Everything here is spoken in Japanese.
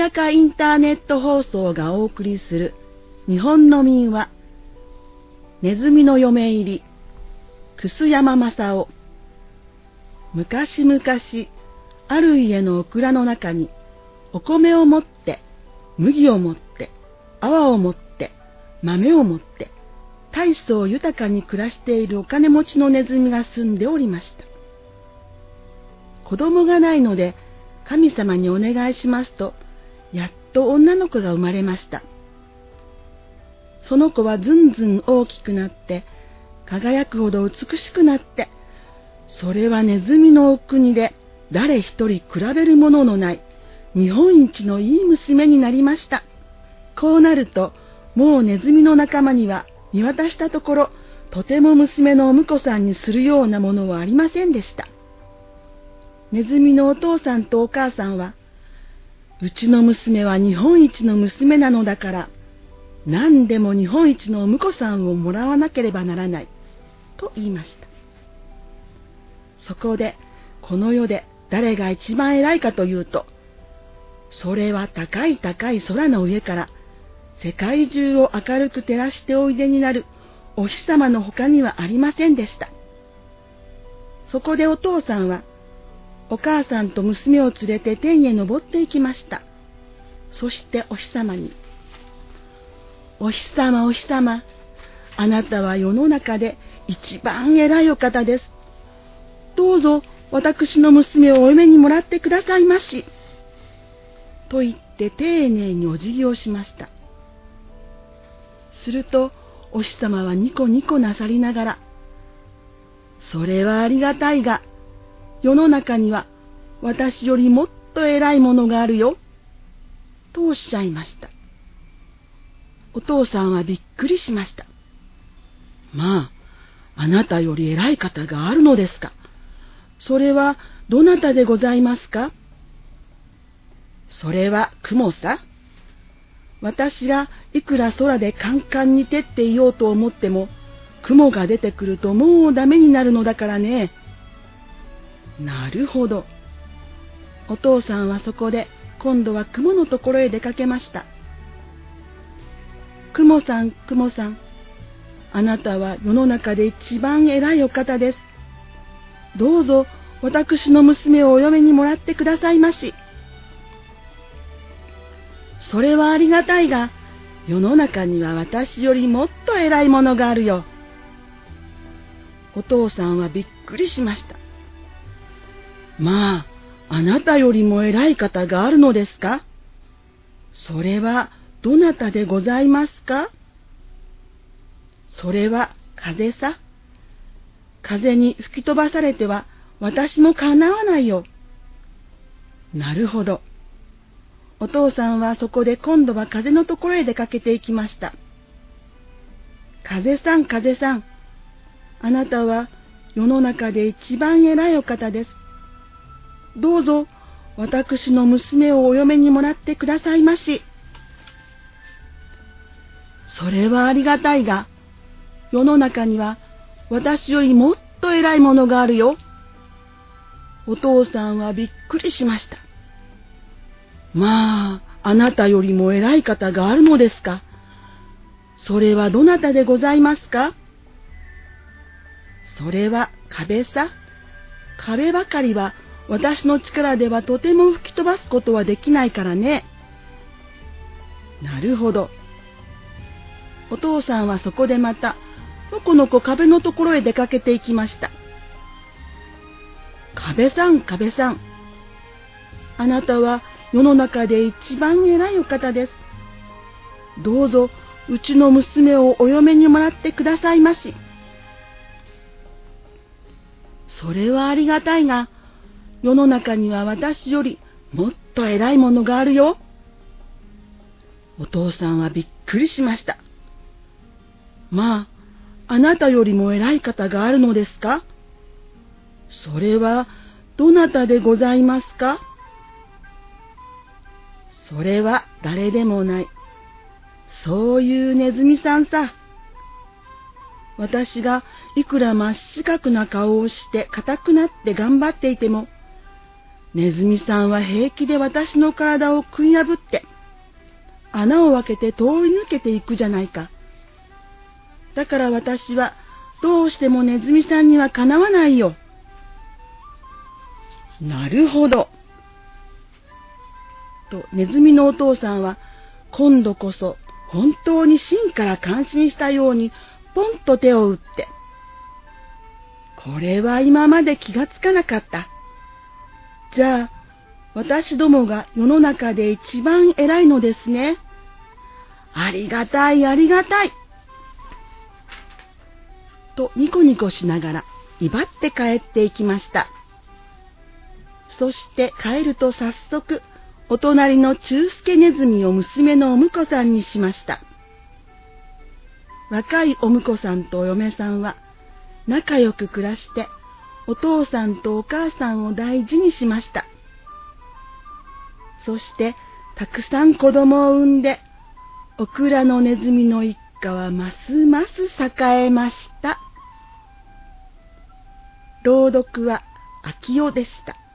やかインターネット放送がお送りする日本の民話、ネズミの嫁入り、楠山正夫。昔々、ある家のオクラの中に、お米を持って、麦を持って、泡を持って、豆を持って、大層豊かに暮らしているお金持ちのネズミが住んでおりました。子供がないので、神様にお願いしますと、やっと女の子が生まれました。その子はずんずん大きくなって、輝くほど美しくなって、それはネズミのお国で誰一人比べるもののない日本一のいい娘になりました。こうなると、もうネズミの仲間には見渡したところ、とても娘のお婿さんにするようなものはありませんでした。ネズミのお父さんとお母さんは、うちの娘は日本一の娘なのだから、何でも日本一のお婿さんをもらわなければならない、と言いました。そこで、この世で誰が一番偉いかというと、それは高い高い空の上から、世界中を明るく照らしておいでになるお日様の他にはありませんでした。そこでお父さんは、お母さんと娘を連れて天へ登っていきました。そしてお日様に、お日様お日様、あなたは世の中で一番偉いお方です。どうぞ私の娘をお嫁にもらってくださいまし。と言って丁寧にお辞儀をしました。するとお日様はニコニコなさりながら、それはありがたいが、世の中には私よりもっと偉いものがあるよ、とおっしゃいました。お父さんはびっくりしました。まあ、あなたより偉い方があるのですか。それはどなたでございますか。それは雲さ。私がいくら空でカンカンに照っていようと思っても、雲が出てくるともうダメになるのだからね。なるほど。お父さんはそこで今度は雲のところへ出かけました。雲さん、雲さん。あなたは世の中で一番偉いお方です。どうぞ私の娘をお嫁にもらってくださいまし。それはありがたいが、世の中には私よりもっと偉いものがあるよ。お父さんはびっくりしました。まあ、あなたよりも偉い方があるのですか。それはどなたでございますか。それは風さ。風に吹き飛ばされては私もかなわないよ。なるほど。お父さんはそこで今度は風のところへ出かけていきました。風さん、風さん。あなたは世の中で一番偉いお方です。どうぞ私の娘をお嫁にもらってくださいまし。それはありがたいが、世の中には私よりもっと偉いものがあるよ。お父さんはびっくりしました。まあ、あなたよりも偉い方があるのですか。それはどなたでございますか。それは壁さ。壁ばかりは私の力ではとても吹き飛ばすことはできないからね。なるほど。お父さんはそこでまた、のこのこ壁のところへ出かけていきました。壁さん、壁さん。あなたは世の中で一番偉いお方です。どうぞうちの娘をお嫁にもらってくださいまし。それはありがたいが、世の中には私よりもっと偉いものがあるよ。お父さんはびっくりしました。まあ、あなたよりも偉い方があるのですか。それはどなたでございますか。それは誰でもない。そういうネズミさんさ。私がいくら真っ四角な顔をして硬くなって頑張っていても、 ネズミさんは平気で私の体を食い破って、穴を開けて通り抜けていくじゃないか。だから私はどうしてもネズミさんにはかなわないよ。なるほど。とネズミのお父さんは今度こそ本当に真から感心したようにポンと手を打って、これは今まで気がつかなかった。じゃあ私どもが世の中で一番偉いのですね。ありがたいありがたい。とニコニコしながら威張って帰っていきました。そして帰ると早速お隣の中助ネズミを娘のお婿さんにしました。若いお婿さんとお嫁さんは仲良く暮らしてお父さんとお母さんを大事にしました。そしてたくさん子供を産んでオクラのネズミの一家はますます栄えました。朗読は秋代でした。